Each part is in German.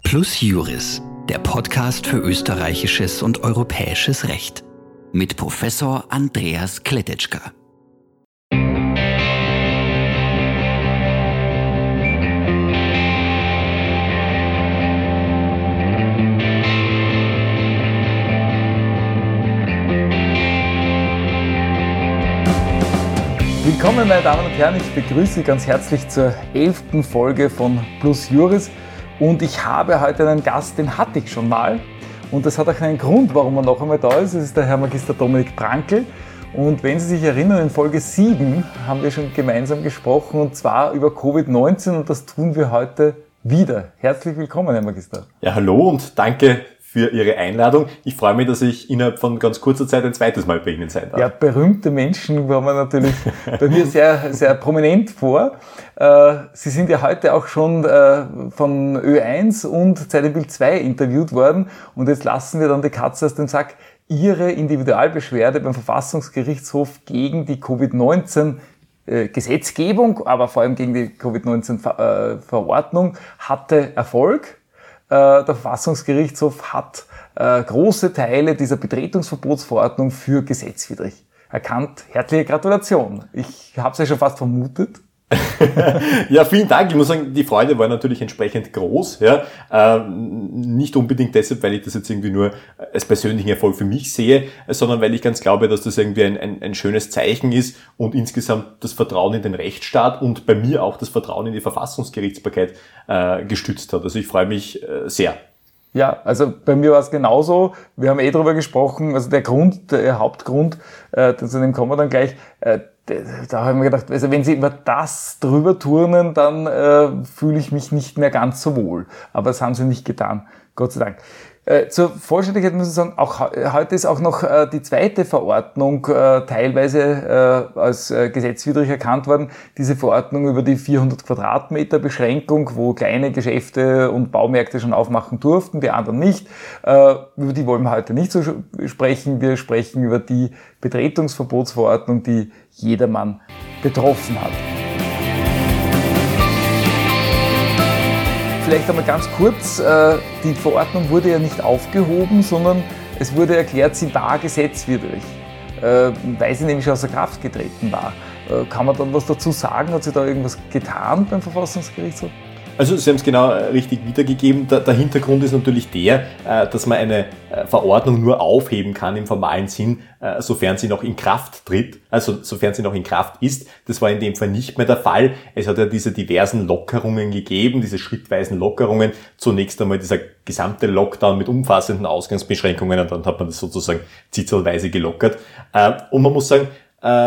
Plus Juris, der Podcast für österreichisches und europäisches Recht. Mit Professor Andreas Kletetschka. Willkommen, meine Damen und Herren, ich begrüße Sie ganz herzlich zur 11. Folge von Plus Juris. Und ich habe heute einen Gast, den hatte ich schon mal. Und das hat auch einen Grund, warum er noch einmal da ist. Das ist der Herr Magister Dominik Prankl. Und wenn Sie sich erinnern, in Folge 7 haben wir schon gemeinsam gesprochen, und zwar über Covid-19. Und das tun wir heute wieder. Herzlich willkommen, Herr Magister. Ja, hallo und danke für Ihre Einladung. Ich freue mich, dass ich innerhalb von ganz kurzer Zeit ein zweites Mal bei Ihnen sein darf. Ja, berühmte Menschen kommen natürlich bei mir sehr, sehr prominent vor. Sie sind ja heute auch schon von Ö1 und Zeit im Bild 2 interviewt worden. Und jetzt lassen wir dann die Katze aus dem Sack. Ihre Individualbeschwerde beim Verfassungsgerichtshof gegen die Covid-19 Gesetzgebung, aber vor allem gegen die Covid-19 Verordnung hatte Erfolg. Der Verfassungsgerichtshof hat große Teile dieser Betretungsverbotsverordnung für gesetzwidrig erkannt. Herzliche Gratulation. Ich habe es ja schon fast vermutet. Ja, vielen Dank. Ich muss sagen, die Freude war natürlich entsprechend groß. Ja, nicht unbedingt deshalb, weil ich das jetzt irgendwie nur als persönlichen Erfolg für mich sehe, sondern weil ich ganz glaube, dass das irgendwie ein schönes Zeichen ist und insgesamt das Vertrauen in den Rechtsstaat und bei mir auch das Vertrauen in die Verfassungsgerichtsbarkeit gestützt hat. Also ich freue mich sehr. Ja, also bei mir war es genauso. Wir haben drüber gesprochen. Also der Hauptgrund, zu dem kommen wir dann gleich. Da habe ich mir gedacht, also wenn Sie über das drüber turnen, dann fühle ich mich nicht mehr ganz so wohl. Aber das haben Sie nicht getan, Gott sei Dank. Zur Vollständigkeit muss ich sagen, auch heute ist auch noch die zweite Verordnung teilweise als gesetzwidrig erkannt worden. Diese Verordnung über die 400 Quadratmeter Beschränkung, wo kleine Geschäfte und Baumärkte schon aufmachen durften, die anderen nicht. Über die wollen wir heute nicht so sprechen. Wir sprechen über die Betretungsverbotsverordnung, die jedermann betroffen hat. Vielleicht einmal ganz kurz, die Verordnung wurde ja nicht aufgehoben, sondern es wurde erklärt, sie war gesetzwidrig, weil sie nämlich außer Kraft getreten war. Kann man dann was dazu sagen? Hat sich da irgendwas getan beim Verfassungsgerichtshof? Also Sie haben es genau richtig wiedergegeben. Der Hintergrund ist natürlich der, dass man eine Verordnung nur aufheben kann im formalen Sinn, sofern sie noch in Kraft tritt, also sofern sie noch in Kraft ist. Das war in dem Fall nicht mehr der Fall. Es hat ja diese diversen Lockerungen gegeben, diese schrittweisen Lockerungen. Zunächst einmal dieser gesamte Lockdown mit umfassenden Ausgangsbeschränkungen und dann hat man das sozusagen zitzelweise gelockert. Und man muss sagen,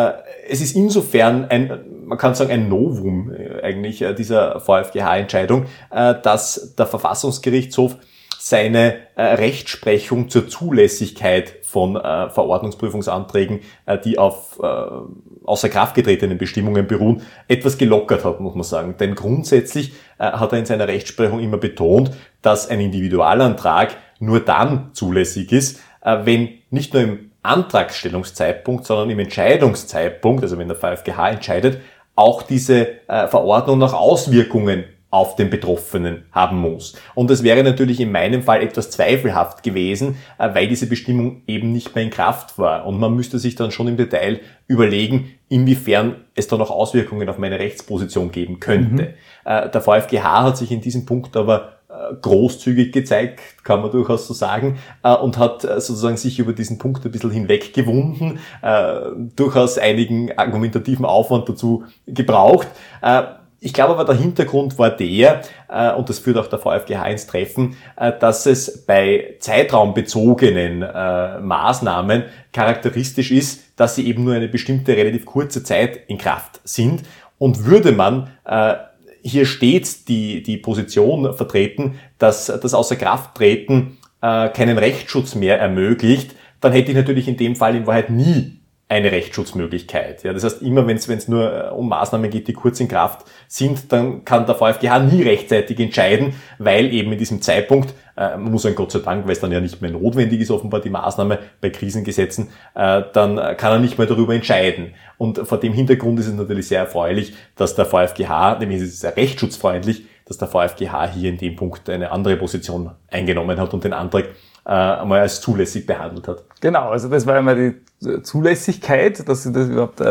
es ist insofern man kann sagen, ein Novum eigentlich dieser VfGH-Entscheidung, dass der Verfassungsgerichtshof seine Rechtsprechung zur Zulässigkeit von Verordnungsprüfungsanträgen, die auf außer Kraft getretenen Bestimmungen beruhen, etwas gelockert hat, muss man sagen. Denn grundsätzlich hat er in seiner Rechtsprechung immer betont, dass ein Individualantrag nur dann zulässig ist, wenn nicht nur im Antragstellungszeitpunkt, sondern im Entscheidungszeitpunkt, also wenn der VfGH entscheidet, auch diese Verordnung noch Auswirkungen auf den Betroffenen haben muss. Und das wäre natürlich in meinem Fall etwas zweifelhaft gewesen, weil diese Bestimmung eben nicht mehr in Kraft war. Und man müsste sich dann schon im Detail überlegen, inwiefern es da noch Auswirkungen auf meine Rechtsposition geben könnte. Der VfGH hat sich in diesem Punkt aber großzügig gezeigt, kann man durchaus so sagen, und hat sozusagen sich über diesen Punkt ein bisschen hinweggewunden, durchaus einigen argumentativen Aufwand dazu gebraucht. Ich glaube aber, der Hintergrund war der, und das führt auch der VfGH ins Treffen, dass es bei zeitraumbezogenen Maßnahmen charakteristisch ist, dass sie eben nur eine bestimmte relativ kurze Zeit in Kraft sind. Und würde man hier stets die Position vertreten, dass das Außerkrafttreten keinen Rechtsschutz mehr ermöglicht, dann hätte ich natürlich in dem Fall in Wahrheit nie eine Rechtsschutzmöglichkeit. Ja, das heißt, immer wenn es nur um Maßnahmen geht, die kurz in Kraft sind, dann kann der VfGH nie rechtzeitig entscheiden, weil eben in diesem Zeitpunkt, man muss sagen, Gott sei Dank, weil es dann ja nicht mehr notwendig ist, offenbar die Maßnahme bei Krisengesetzen, dann kann er nicht mehr darüber entscheiden. Und vor dem Hintergrund ist es natürlich sehr erfreulich, dass der VfGH, nämlich es ist sehr rechtsschutzfreundlich, dass der VfGH hier in dem Punkt eine andere Position eingenommen hat und den Antrag einmal als zulässig behandelt hat. Genau, also das war einmal die Zulässigkeit, dass sie das überhaupt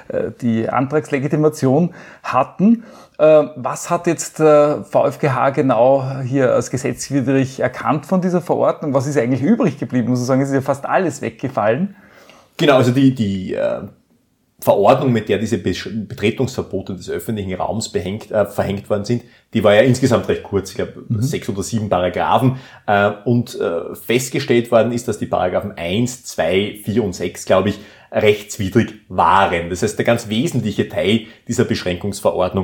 die Antragslegitimation hatten. Was hat jetzt der VfGH genau hier als gesetzwidrig erkannt von dieser Verordnung? Was ist eigentlich übrig geblieben? Muss ich sagen, es ist ja fast alles weggefallen. Genau, also die Verordnung, mit der diese Betretungsverbote des öffentlichen Raums verhängt worden sind, die war ja insgesamt recht kurz, ich glaube 6 oder 7 Paragraphen. Und festgestellt worden ist, dass die Paragraphen 1, 2, 4 und 6, glaube ich, rechtswidrig waren. Das heißt, der ganz wesentliche Teil dieser Beschränkungsverordnung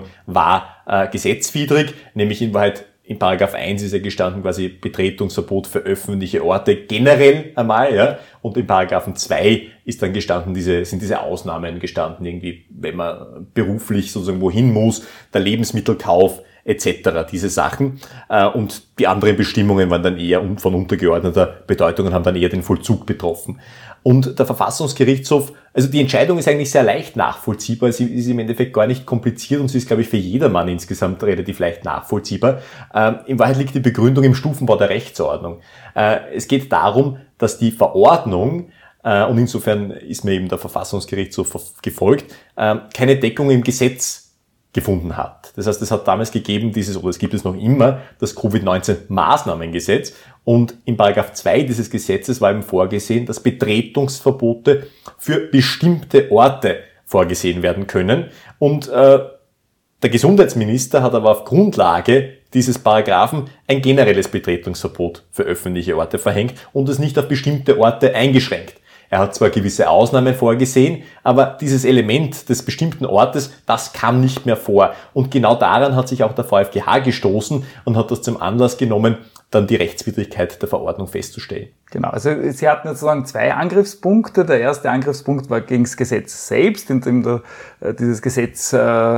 war gesetzwidrig, nämlich in Wahrheit in Paragraph 1 ist ja gestanden quasi Betretungsverbot für öffentliche Orte generell einmal, ja. Und in Paragraphen 2 ist dann gestanden, sind diese Ausnahmen gestanden, irgendwie, wenn man beruflich sozusagen wohin muss, der Lebensmittelkauf etc., diese Sachen. Und die anderen Bestimmungen waren dann eher von untergeordneter Bedeutung und haben dann eher den Vollzug betroffen. Und der Verfassungsgerichtshof, also die Entscheidung ist eigentlich sehr leicht nachvollziehbar, sie ist im Endeffekt gar nicht kompliziert und sie ist, glaube ich, für jedermann insgesamt relativ leicht nachvollziehbar. In Wahrheit liegt die Begründung im Stufenbau der Rechtsordnung. Es geht darum, dass die Verordnung, und insofern ist mir eben der Verfassungsgerichtshof gefolgt, keine Deckung im Gesetz gefunden hat. Das heißt, es hat damals gegeben es gibt es noch immer, das Covid-19-Maßnahmengesetz, und in Paragraph 2 dieses Gesetzes war eben vorgesehen, dass Betretungsverbote für bestimmte Orte vorgesehen werden können, und der Gesundheitsminister hat aber auf Grundlage dieses Paragraphen ein generelles Betretungsverbot für öffentliche Orte verhängt und es nicht auf bestimmte Orte eingeschränkt. Er hat zwar gewisse Ausnahmen vorgesehen, aber dieses Element des bestimmten Ortes, das kam nicht mehr vor. Und genau daran hat sich auch der VfGH gestoßen und hat das zum Anlass genommen, dann die Rechtswidrigkeit der Verordnung festzustellen. Genau, also Sie hatten sozusagen 2 Angriffspunkte. Der erste Angriffspunkt war gegen das Gesetz selbst, indem dieses Gesetz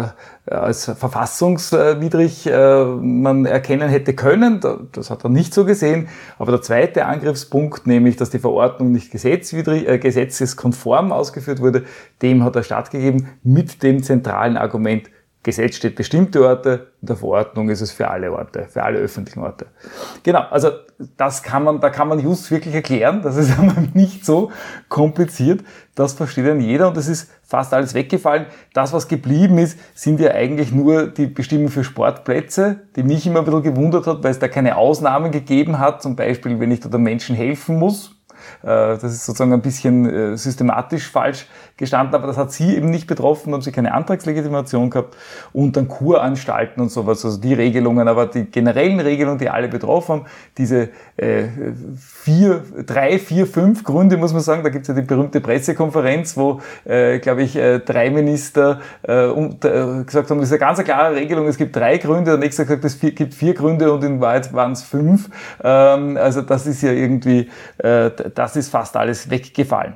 als verfassungswidrig man erkennen hätte können. Das hat er nicht so gesehen. Aber der zweite Angriffspunkt, nämlich, dass die Verordnung nicht gesetzeskonform ausgeführt wurde, dem hat er stattgegeben mit dem zentralen Argument: Gesetz steht bestimmte Orte, in der Verordnung ist es für alle Orte, für alle öffentlichen Orte. Genau, also da kann man just wirklich erklären, das ist aber nicht so kompliziert, das versteht dann jeder und es ist fast alles weggefallen. Das, was geblieben ist, sind ja eigentlich nur die Bestimmungen für Sportplätze, die mich immer ein bisschen gewundert hat, weil es da keine Ausnahmen gegeben hat, zum Beispiel, wenn ich da den Menschen helfen muss. Das ist sozusagen ein bisschen systematisch falsch gestanden, aber das hat sie eben nicht betroffen, da haben sie keine Antragslegitimation gehabt, und dann Kuranstalten und sowas, also die Regelungen, aber die generellen Regelungen, die alle betroffen haben, diese 3, 4, 5 Gründe, muss man sagen, da gibt es ja die berühmte Pressekonferenz, wo, glaube ich, 3 Minister gesagt haben, das ist eine ganz klare Regelung, es gibt 3 Gründe, der nächste hat gesagt, es gibt 4 Gründe und in Wahrheit waren es 5, also das ist ja irgendwie, das ist fast alles weggefallen.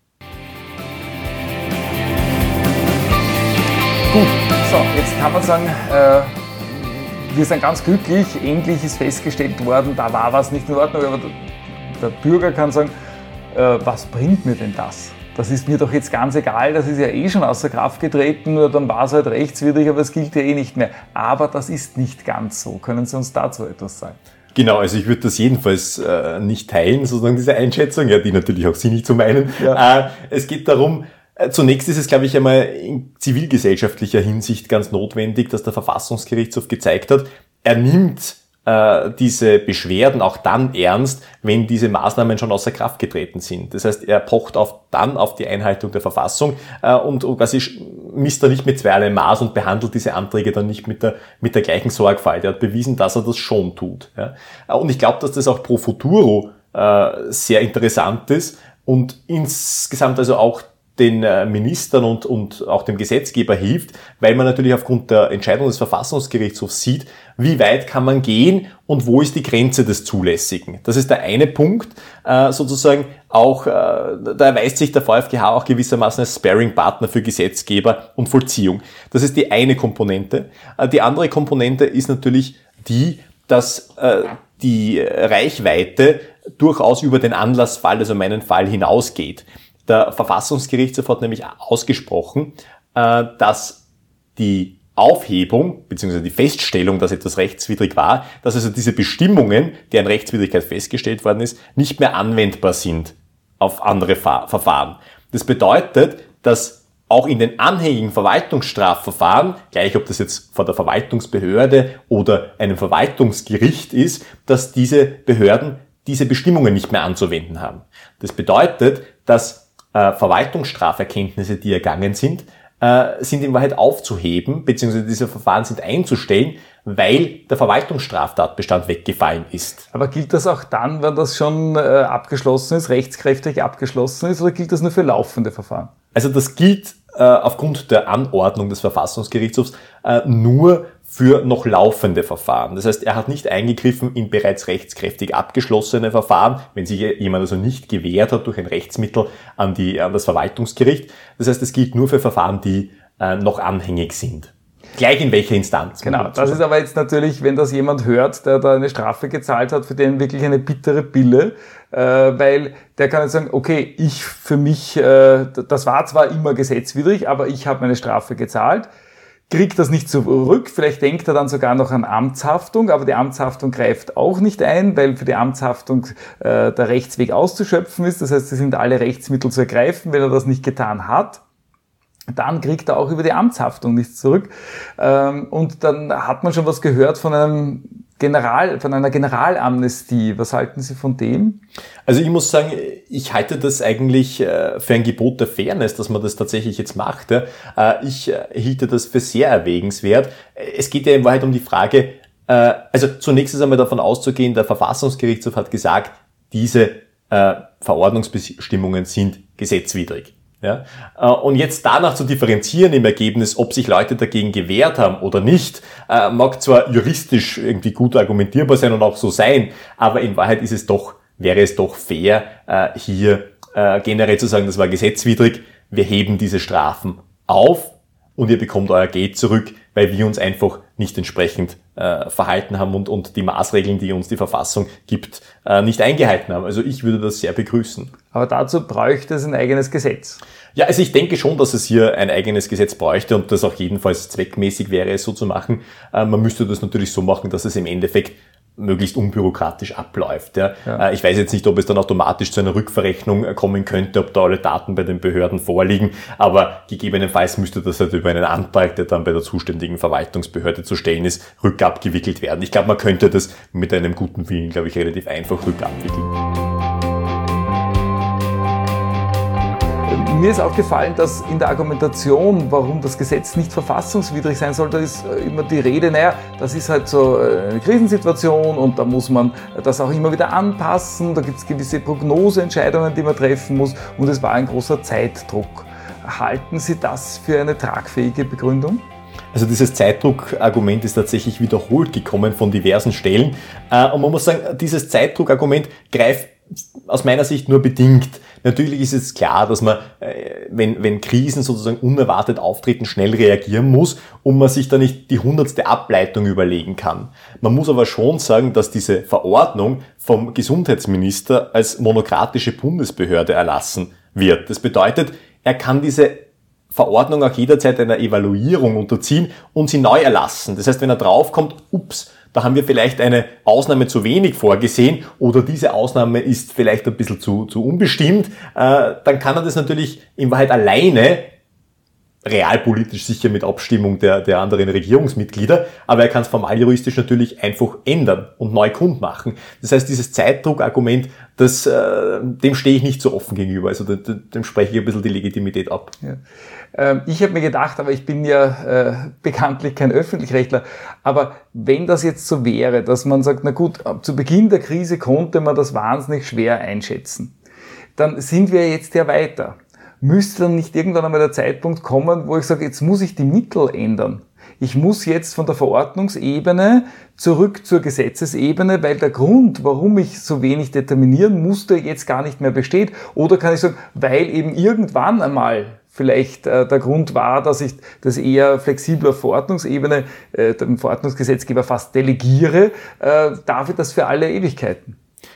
Gut, so, jetzt kann man sagen, wir sind ganz glücklich, endlich ist festgestellt worden, da war was nicht in Ordnung, aber der Bürger kann sagen, was bringt mir denn das? Das ist mir doch jetzt ganz egal, das ist ja eh schon außer Kraft getreten, nur dann war es halt rechtswidrig, aber es gilt ja eh nicht mehr. Aber das ist nicht ganz so. Können Sie uns dazu etwas sagen? Genau, also ich würde das jedenfalls nicht teilen, sozusagen diese Einschätzung, ja, die natürlich auch Sie nicht so meinen. Ja. Es geht darum, zunächst ist es, glaube ich, einmal in zivilgesellschaftlicher Hinsicht ganz notwendig, dass der Verfassungsgerichtshof gezeigt hat, er nimmt diese Beschwerden auch dann ernst, wenn diese Maßnahmen schon außer Kraft getreten sind. Das heißt, er pocht dann auf die Einhaltung der Verfassung und quasi misst er nicht mit zweierlei Maß und behandelt diese Anträge dann nicht mit der gleichen Sorgfalt. Er hat bewiesen, dass er das schon tut. Ja. Und ich glaube, dass das auch pro futuro sehr interessant ist und insgesamt also auch den Ministern und auch dem Gesetzgeber hilft, weil man natürlich aufgrund der Entscheidung des Verfassungsgerichtshofs sieht, wie weit kann man gehen und wo ist die Grenze des Zulässigen. Das ist der eine Punkt, sozusagen auch, da erweist sich der VfGH auch gewissermaßen als Sparring-Partner für Gesetzgeber und Vollziehung. Das ist die eine Komponente. Die andere Komponente ist natürlich die, dass die Reichweite durchaus über den Anlassfall, also meinen Fall, hinausgeht. Der Verfassungsgerichtshof hat nämlich ausgesprochen, dass die Aufhebung bzw. die Feststellung, dass etwas rechtswidrig war, dass also diese Bestimmungen, deren Rechtswidrigkeit festgestellt worden ist, nicht mehr anwendbar sind auf andere Verfahren. Das bedeutet, dass auch in den anhängigen Verwaltungsstrafverfahren, gleich ob das jetzt vor der Verwaltungsbehörde oder einem Verwaltungsgericht ist, dass diese Behörden diese Bestimmungen nicht mehr anzuwenden haben. Das bedeutet, dass Verwaltungsstraferkenntnisse, die ergangen sind in Wahrheit aufzuheben, beziehungsweise diese Verfahren sind einzustellen, weil der Verwaltungsstraftatbestand weggefallen ist. Aber gilt das auch dann, wenn das schon abgeschlossen ist, rechtskräftig abgeschlossen ist, oder gilt das nur für laufende Verfahren? Also das gilt aufgrund der Anordnung des Verfassungsgerichtshofs nur für noch laufende Verfahren. Das heißt, er hat nicht eingegriffen in bereits rechtskräftig abgeschlossene Verfahren, wenn sich jemand also nicht gewehrt hat durch ein Rechtsmittel an das Verwaltungsgericht. Das heißt, es gilt nur für Verfahren, die noch anhängig sind. Gleich in welcher Instanz. Genau, das ist aber jetzt natürlich, wenn das jemand hört, der da eine Strafe gezahlt hat, für den wirklich eine bittere Pille, weil der kann jetzt sagen, okay, das war zwar immer gesetzwidrig, aber ich habe meine Strafe gezahlt, kriegt das nicht zurück, vielleicht denkt er dann sogar noch an Amtshaftung, aber die Amtshaftung greift auch nicht ein, weil für die Amtshaftung der Rechtsweg auszuschöpfen ist, das heißt, es sind alle Rechtsmittel zu ergreifen, wenn er das nicht getan hat. Dann kriegt er auch über die Amtshaftung nichts zurück. Und dann hat man schon was gehört von einer Generalamnestie. Was halten Sie von dem? Also ich muss sagen, ich halte das eigentlich für ein Gebot der Fairness, dass man das tatsächlich jetzt macht. Ich hielte das für sehr erwägenswert. Es geht ja in Wahrheit um die Frage, also zunächst ist einmal davon auszugehen, der Verfassungsgerichtshof hat gesagt, diese Verordnungsbestimmungen sind gesetzwidrig. Ja, und jetzt danach zu differenzieren im Ergebnis, ob sich Leute dagegen gewehrt haben oder nicht, mag zwar juristisch irgendwie gut argumentierbar sein und auch so sein, aber in Wahrheit wäre es doch fair, hier generell zu sagen, das war gesetzwidrig, wir heben diese Strafen auf und ihr bekommt euer Geld zurück, weil wir uns einfach nicht entsprechend verhalten haben und die Maßregeln, die uns die Verfassung gibt, nicht eingehalten haben. Also ich würde das sehr begrüßen. Aber dazu bräuchte es ein eigenes Gesetz. Ja, also ich denke schon, dass es hier ein eigenes Gesetz bräuchte und das auch jedenfalls zweckmäßig wäre, es so zu machen. Man müsste das natürlich so machen, dass es im Endeffekt möglichst unbürokratisch abläuft. Ja. Ja. Ich weiß jetzt nicht, ob es dann automatisch zu einer Rückverrechnung kommen könnte, ob da alle Daten bei den Behörden vorliegen, aber gegebenenfalls müsste das halt über einen Antrag, der dann bei der zuständigen Verwaltungsbehörde zu stellen ist, rückabgewickelt werden. Ich glaube, man könnte das mit einem guten Willen, glaube ich, relativ einfach rückabwickeln. Mir ist aufgefallen, dass in der Argumentation, warum das Gesetz nicht verfassungswidrig sein soll, da ist immer die Rede, das ist halt so eine Krisensituation und da muss man das auch immer wieder anpassen, da gibt es gewisse Prognoseentscheidungen, die man treffen muss und es war ein großer Zeitdruck. Halten Sie das für eine tragfähige Begründung? Also dieses Zeitdruckargument ist tatsächlich wiederholt gekommen von diversen Stellen und man muss sagen, dieses Zeitdruckargument greift aus meiner Sicht nur bedingt. Natürlich ist es klar, dass man, wenn Krisen sozusagen unerwartet auftreten, schnell reagieren muss und man sich da nicht die 100. Ableitung überlegen kann. Man muss aber schon sagen, dass diese Verordnung vom Gesundheitsminister als monokratische Bundesbehörde erlassen wird. Das bedeutet, er kann diese Verordnung auch jederzeit einer Evaluierung unterziehen und sie neu erlassen. Das heißt, wenn er draufkommt, da haben wir vielleicht eine Ausnahme zu wenig vorgesehen oder diese Ausnahme ist vielleicht ein bisschen zu unbestimmt, dann kann er das natürlich in Wahrheit alleine, realpolitisch sicher mit Abstimmung der anderen Regierungsmitglieder, aber er kann es formal juristisch natürlich einfach ändern und neu kundmachen. Das heißt, dieses Zeitdruckargument, dem stehe ich nicht so offen gegenüber, also dem spreche ich ein bisschen die Legitimität ab. Ja. Ich habe mir gedacht, aber ich bin ja bekanntlich kein Öffentlichrechtler, aber wenn das jetzt so wäre, dass man sagt, na gut, zu Beginn der Krise konnte man das wahnsinnig schwer einschätzen, dann sind wir jetzt ja weiter. Müsste dann nicht irgendwann einmal der Zeitpunkt kommen, wo ich sage, jetzt muss ich die Mittel ändern. Ich muss jetzt von der Verordnungsebene zurück zur Gesetzesebene, weil der Grund, warum ich so wenig determinieren musste, jetzt gar nicht mehr besteht. Oder kann ich sagen, weil eben irgendwann einmal vielleicht der Grund war, dass ich das eher flexibler Verordnungsebene dem Verordnungsgesetzgeber fast delegiere, darf ich das für alle Ewigkeiten.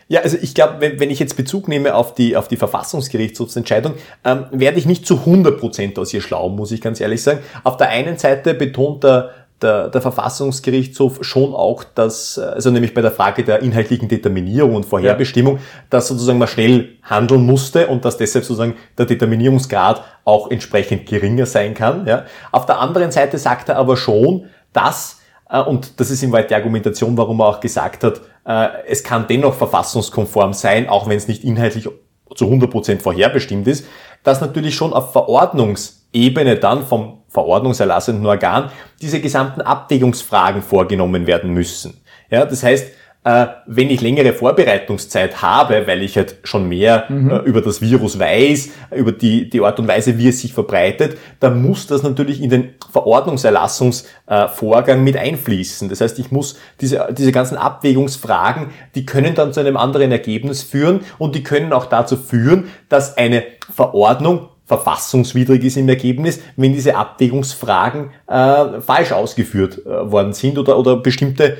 Ja, also ich glaube, wenn ich jetzt Bezug nehme auf die Verfassungsgerichtshofsentscheidung, werde ich nicht zu 100% aus ihr schlau, muss ich ganz ehrlich sagen. Auf der einen Seite betont der Verfassungsgerichtshof schon auch, dass, also nämlich bei der Frage der inhaltlichen Determinierung und Vorherbestimmung, dass sozusagen man schnell handeln musste und dass deshalb sozusagen der Determinierungsgrad auch entsprechend geringer sein kann. Ja. Auf der anderen Seite sagt er aber schon, dass, und das ist in Wahrheit die Argumentation, warum er auch gesagt hat, es kann dennoch verfassungskonform sein, auch wenn es nicht inhaltlich zu 100% vorherbestimmt ist, dass natürlich schon auf Verordnungsebene dann vom verordnungserlassenden Organ diese gesamten Abwägungsfragen vorgenommen werden müssen. Ja, das heißt, wenn ich längere Vorbereitungszeit habe, weil ich halt schon mehr über das Virus weiß, über die Art und Weise, wie es sich verbreitet, dann muss das natürlich in den Verordnungserlassungsvorgang mit einfließen. Das heißt, ich muss diese ganzen Abwägungsfragen, die können dann zu einem anderen Ergebnis führen und die können auch dazu führen, dass eine Verordnung verfassungswidrig ist im Ergebnis, wenn diese Abwägungsfragen falsch ausgeführt worden sind oder bestimmte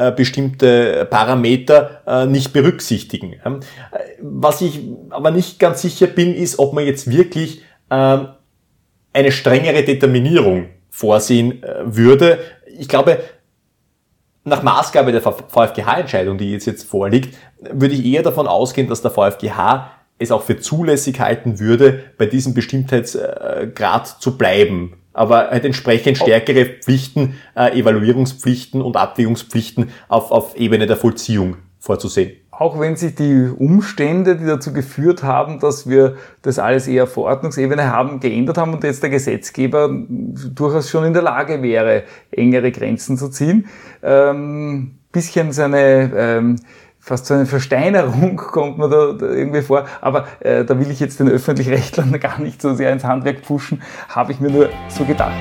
Parameter nicht berücksichtigen. Was ich aber nicht ganz sicher bin, ist, ob man jetzt wirklich eine strengere Determinierung vorsehen würde. Ich glaube, nach Maßgabe der VfGH-Entscheidung, die jetzt vorliegt, würde ich eher davon ausgehen, dass der VfGH es auch für zulässig halten würde, bei diesem Bestimmtheitsgrad zu bleiben. Aber halt entsprechend stärkere Pflichten, Evaluierungspflichten und Abwägungspflichten auf Ebene der Vollziehung vorzusehen. Auch wenn sich die Umstände, die dazu geführt haben, dass wir das alles eher auf Verordnungsebene haben, geändert haben und jetzt der Gesetzgeber durchaus schon in der Lage wäre, engere Grenzen zu ziehen. Bisschen fast so eine Versteinerung kommt mir da irgendwie vor, aber da will ich jetzt den Öffentlich-Rechtlern gar nicht so sehr ins Handwerk pfuschen, habe ich mir nur so gedacht.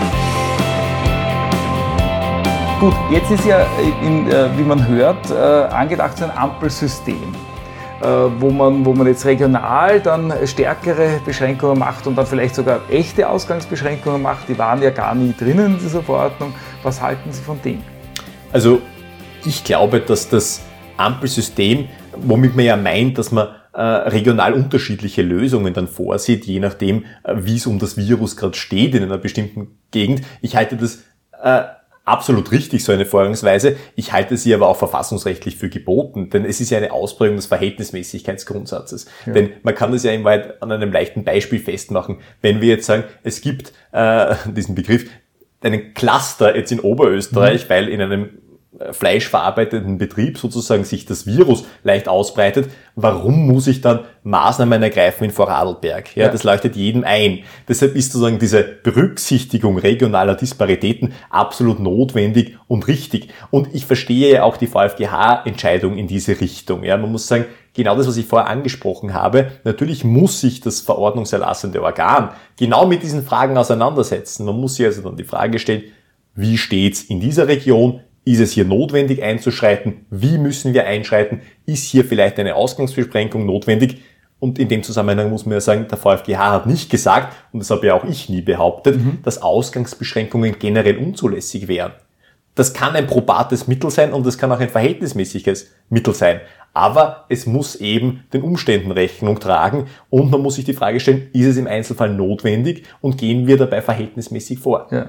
Gut, jetzt ist ja, wie man hört, angedacht so ein Ampelsystem, wo man jetzt regional dann stärkere Beschränkungen macht und dann vielleicht sogar echte Ausgangsbeschränkungen macht. Die waren ja gar nie drinnen in dieser Verordnung. Was halten Sie von dem? Also ich glaube, dass das Ampelsystem, womit man ja meint, dass man regional unterschiedliche Lösungen dann vorsieht, je nachdem, wie es um das Virus gerade steht in einer bestimmten Gegend. Ich halte das absolut richtig, so eine Vorgangsweise. Ich halte sie aber auch verfassungsrechtlich für geboten, denn es ist ja eine Ausprägung des Verhältnismäßigkeitsgrundsatzes. Ja. Denn man kann das ja in Wahrheit an einem leichten Beispiel festmachen. Wenn wir jetzt sagen, es gibt diesen Begriff, einen Cluster jetzt in Oberösterreich, weil in einem fleischverarbeitenden Betrieb sozusagen sich das Virus leicht ausbreitet, warum muss ich dann Maßnahmen ergreifen in Vorarlberg? Ja, das leuchtet jedem ein. Deshalb ist sozusagen diese Berücksichtigung regionaler Disparitäten absolut notwendig und richtig. Und ich verstehe ja auch die VfGH-Entscheidung in diese Richtung. Ja, man muss sagen, genau das, was ich vorher angesprochen habe, natürlich muss sich das verordnungserlassende Organ genau mit diesen Fragen auseinandersetzen. Man muss sich also dann die Frage stellen, wie steht's in dieser Region? Ist es hier notwendig einzuschreiten? Wie müssen wir einschreiten? Ist hier vielleicht eine Ausgangsbeschränkung notwendig? Und in dem Zusammenhang muss man ja sagen, der VfGH hat nicht gesagt, und das habe ja auch ich nie behauptet, dass Ausgangsbeschränkungen generell unzulässig wären. Das kann ein probates Mittel sein und das kann auch ein verhältnismäßiges Mittel sein. Aber es muss eben den Umständen Rechnung tragen und man muss sich die Frage stellen, ist es im Einzelfall notwendig und gehen wir dabei verhältnismäßig vor? Ja.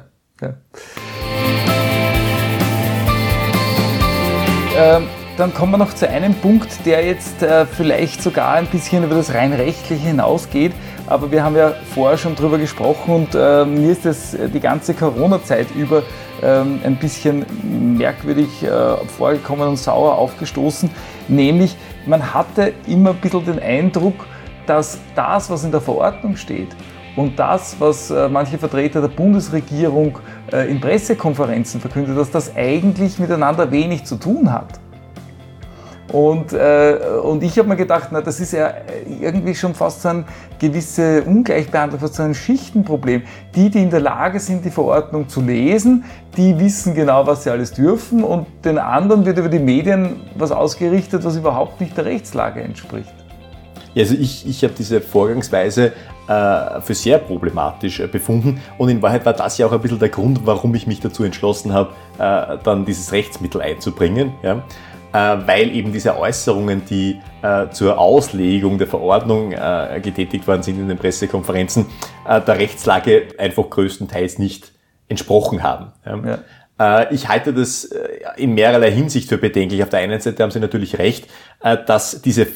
Dann kommen wir noch zu einem Punkt, der jetzt vielleicht sogar ein bisschen über das rein Rechtliche hinausgeht, aber wir haben ja vorher schon drüber gesprochen und mir ist das die ganze Corona-Zeit über ein bisschen merkwürdig vorgekommen und sauer aufgestoßen, nämlich man hatte immer ein bisschen den Eindruck, dass das, was in der Verordnung steht, und das, was manche Vertreter der Bundesregierung in Pressekonferenzen verkündet, dass das eigentlich miteinander wenig zu tun hat. Und ich habe mir gedacht, na, das ist ja irgendwie schon fast so eine gewisse Ungleichbehandlung, fast so ein Schichtenproblem. Die in der Lage sind, die Verordnung zu lesen, die wissen genau, was sie alles dürfen und den anderen wird über die Medien was ausgerichtet, was überhaupt nicht der Rechtslage entspricht. Ja, also ich habe diese Vorgangsweise für sehr problematisch befunden und in Wahrheit war das ja auch ein bisschen der Grund, warum ich mich dazu entschlossen habe, dann dieses Rechtsmittel einzubringen. Ja. weil eben diese Äußerungen, die zur Auslegung der Verordnung getätigt worden sind in den Pressekonferenzen, der Rechtslage einfach größtenteils nicht entsprochen haben. Ja. Ich halte das in mehrerlei Hinsicht für bedenklich. Auf der einen Seite haben Sie natürlich recht, dass diese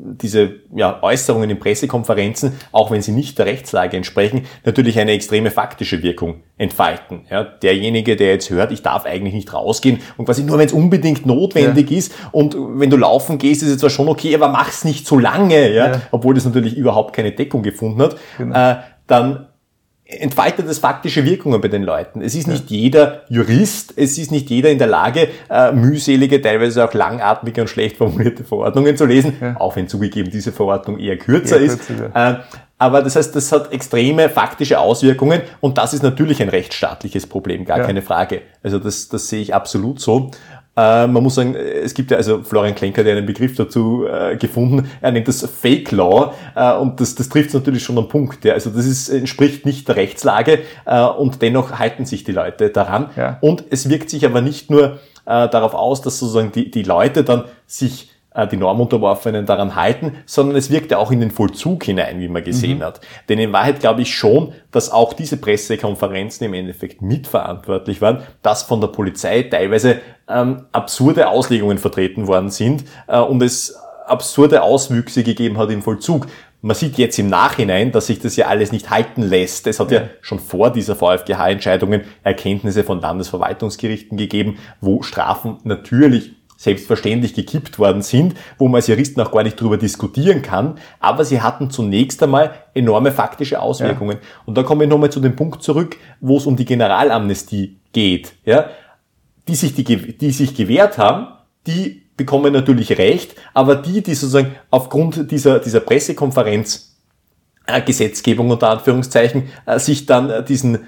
Äußerungen in Pressekonferenzen, auch wenn sie nicht der Rechtslage entsprechen, natürlich eine extreme faktische Wirkung entfalten. Ja, derjenige, der jetzt hört, ich darf eigentlich nicht rausgehen und quasi nur, wenn es unbedingt notwendig ist und wenn du laufen gehst, ist es zwar schon okay, aber mach's nicht so lange, obwohl das natürlich überhaupt keine Deckung gefunden hat, dann entfaltet das faktische Wirkungen bei den Leuten. Es ist nicht jeder Jurist, es ist nicht jeder in der Lage, mühselige, teilweise auch langatmige und schlecht formulierte Verordnungen zu lesen, auch wenn zugegeben diese Verordnung eher kürzer ist. Aber das heißt, das hat extreme faktische Auswirkungen und das ist natürlich ein rechtsstaatliches Problem, gar keine Frage. Also das sehe ich absolut so. Man muss sagen, es gibt ja, also Florian Klenk hat ja einen Begriff dazu gefunden, er nennt das Fake Law und das trifft es natürlich schon am Punkt. Ja. Also das entspricht nicht der Rechtslage und dennoch halten sich die Leute daran. Ja. Und es wirkt sich aber nicht nur darauf aus, dass sozusagen die Leute dann sich die Normunterworfenen daran halten, sondern es wirkt ja auch in den Vollzug hinein, wie man gesehen hat. Denn in Wahrheit glaube ich schon, dass auch diese Pressekonferenzen im Endeffekt mitverantwortlich waren, dass von der Polizei teilweise absurde Auslegungen vertreten worden sind und es absurde Auswüchse gegeben hat im Vollzug. Man sieht jetzt im Nachhinein, dass sich das ja alles nicht halten lässt. Es hat ja schon vor dieser VfGH-Entscheidungen Erkenntnisse von Landesverwaltungsgerichten gegeben, wo Strafen natürlich selbstverständlich gekippt worden sind, wo man als Juristen auch gar nicht drüber diskutieren kann, aber sie hatten zunächst einmal enorme faktische Auswirkungen. Ja. Und da komme ich nochmal zu dem Punkt zurück, wo es um die Generalamnestie geht. Ja? Die sich gewehrt haben, die bekommen natürlich Recht, aber die sozusagen aufgrund dieser Pressekonferenz Gesetzgebung unter Anführungszeichen sich dann diesen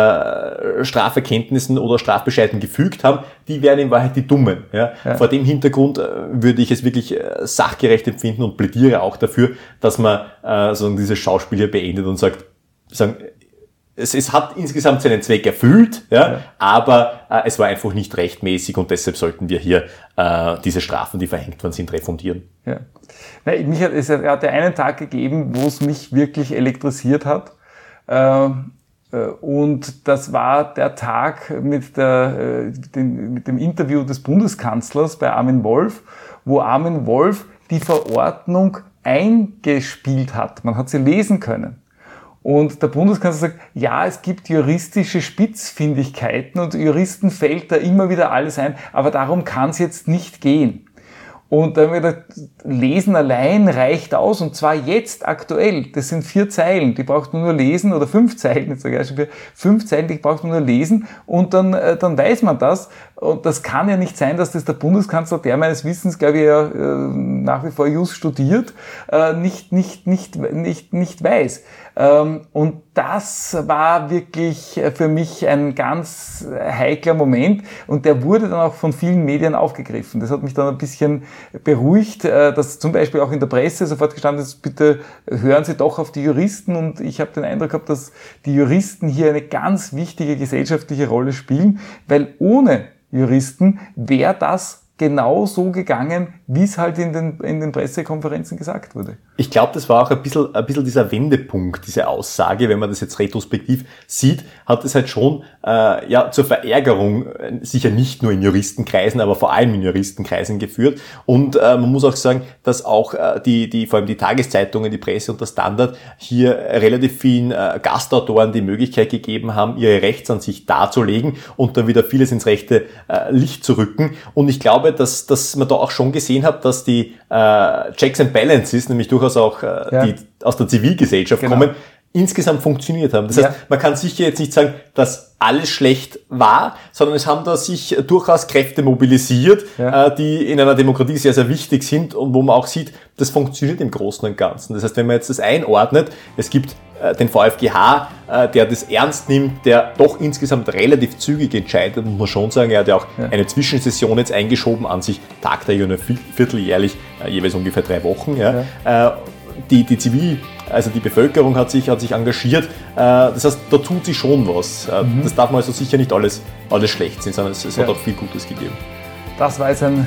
Straferkenntnissen oder Strafbescheiden gefügt haben, die wären in Wahrheit die Dummen. Ja. Vor dem Hintergrund würde ich es wirklich sachgerecht empfinden und plädiere auch dafür, dass man so dieses Schauspiel hier beendet und sagt, es hat insgesamt seinen Zweck erfüllt, aber es war einfach nicht rechtmäßig und deshalb sollten wir hier diese Strafen, die verhängt worden sind, refundieren. Ja. Es hat ja einen Tag gegeben, wo es mich wirklich elektrisiert hat. Und das war der Tag mit dem Interview des Bundeskanzlers bei Armin Wolf, wo Armin Wolf die Verordnung eingespielt hat. Man hat sie lesen können. Und der Bundeskanzler sagt, ja, es gibt juristische Spitzfindigkeiten und Juristen fällt da immer wieder alles ein, aber darum kann es jetzt nicht gehen. Und da haben wir gedacht, Lesen allein reicht aus, und zwar jetzt aktuell. Das sind 4 Zeilen, die braucht man nur lesen, oder 5 Zeilen, jetzt sage ich schon 5 Zeilen, die braucht man nur lesen, und dann weiß man das. Und das kann ja nicht sein, dass das der Bundeskanzler, der meines Wissens, glaube ich, ja nach wie vor Jus studiert, nicht weiß. Und das war wirklich für mich ein ganz heikler Moment, und der wurde dann auch von vielen Medien aufgegriffen. Das hat mich dann ein bisschen beruhigt, dass zum Beispiel auch in der Presse sofort gestanden ist, bitte hören Sie doch auf die Juristen, und ich habe den Eindruck gehabt, dass die Juristen hier eine ganz wichtige gesellschaftliche Rolle spielen, weil ohne Juristen wäre das genau so gegangen, wie es halt in den Pressekonferenzen gesagt wurde. Ich glaube, das war auch ein bisschen dieser Wendepunkt, diese Aussage, wenn man das jetzt retrospektiv sieht, hat es halt schon zur Verärgerung sicher nicht nur in Juristenkreisen, aber vor allem in Juristenkreisen geführt. Und man muss auch sagen, dass auch vor allem die Tageszeitungen, die Presse und der Standard hier relativ vielen Gastautoren die Möglichkeit gegeben haben, ihre Rechtsansicht darzulegen und dann wieder vieles ins rechte Licht zu rücken. Und ich glaube, dass man da auch schon gesehen hat, dass die Checks and Balances, nämlich durchaus auch die aus der Zivilgesellschaft kommen, insgesamt funktioniert haben. Das heißt, man kann sicher jetzt nicht sagen, dass alles schlecht war, sondern es haben da sich durchaus Kräfte mobilisiert, die in einer Demokratie sehr, sehr wichtig sind und wo man auch sieht, das funktioniert im Großen und Ganzen. Das heißt, wenn man jetzt das einordnet, es gibt den VfGH, der das ernst nimmt, der doch insgesamt relativ zügig entscheidet, muss man schon sagen, er hat ja auch eine Zwischensession jetzt eingeschoben, an sich tagt er ja nur vierteljährlich, jeweils ungefähr 3 Wochen. Die Bevölkerung hat sich engagiert. Das heißt, da tut sich schon was. Das darf man also sicher nicht alles schlecht sehen, sondern es hat auch viel Gutes gegeben. Das war jetzt ein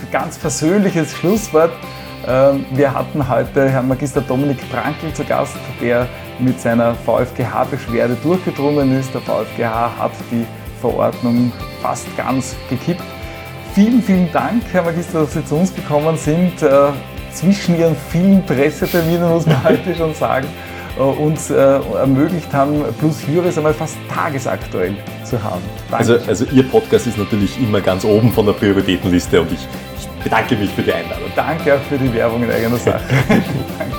ganz persönliches Schlusswort. Wir hatten heute Herrn Magister Dominik Brankl zu Gast, der mit seiner VfGH-Beschwerde durchgedrungen ist. Der VfGH hat die Verordnung fast ganz gekippt. Vielen, vielen Dank, Herr Magister, dass Sie zu uns gekommen sind. Zwischen Ihren vielen Presseterminen, muss man heute schon sagen, uns ermöglicht haben, Plus Juris einmal fast tagesaktuell zu haben. Also Ihr Podcast ist natürlich immer ganz oben von der Prioritätenliste und ich bedanke mich für die Einladung. Danke auch für die Werbung in eigener Sache. Danke.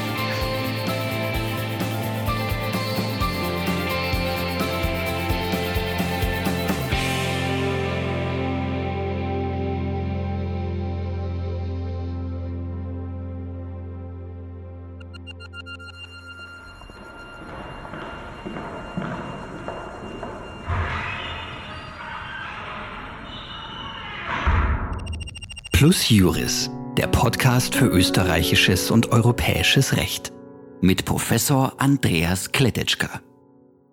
Plus Juris, der Podcast für österreichisches und europäisches Recht. Mit Professor Andreas Kletetschka.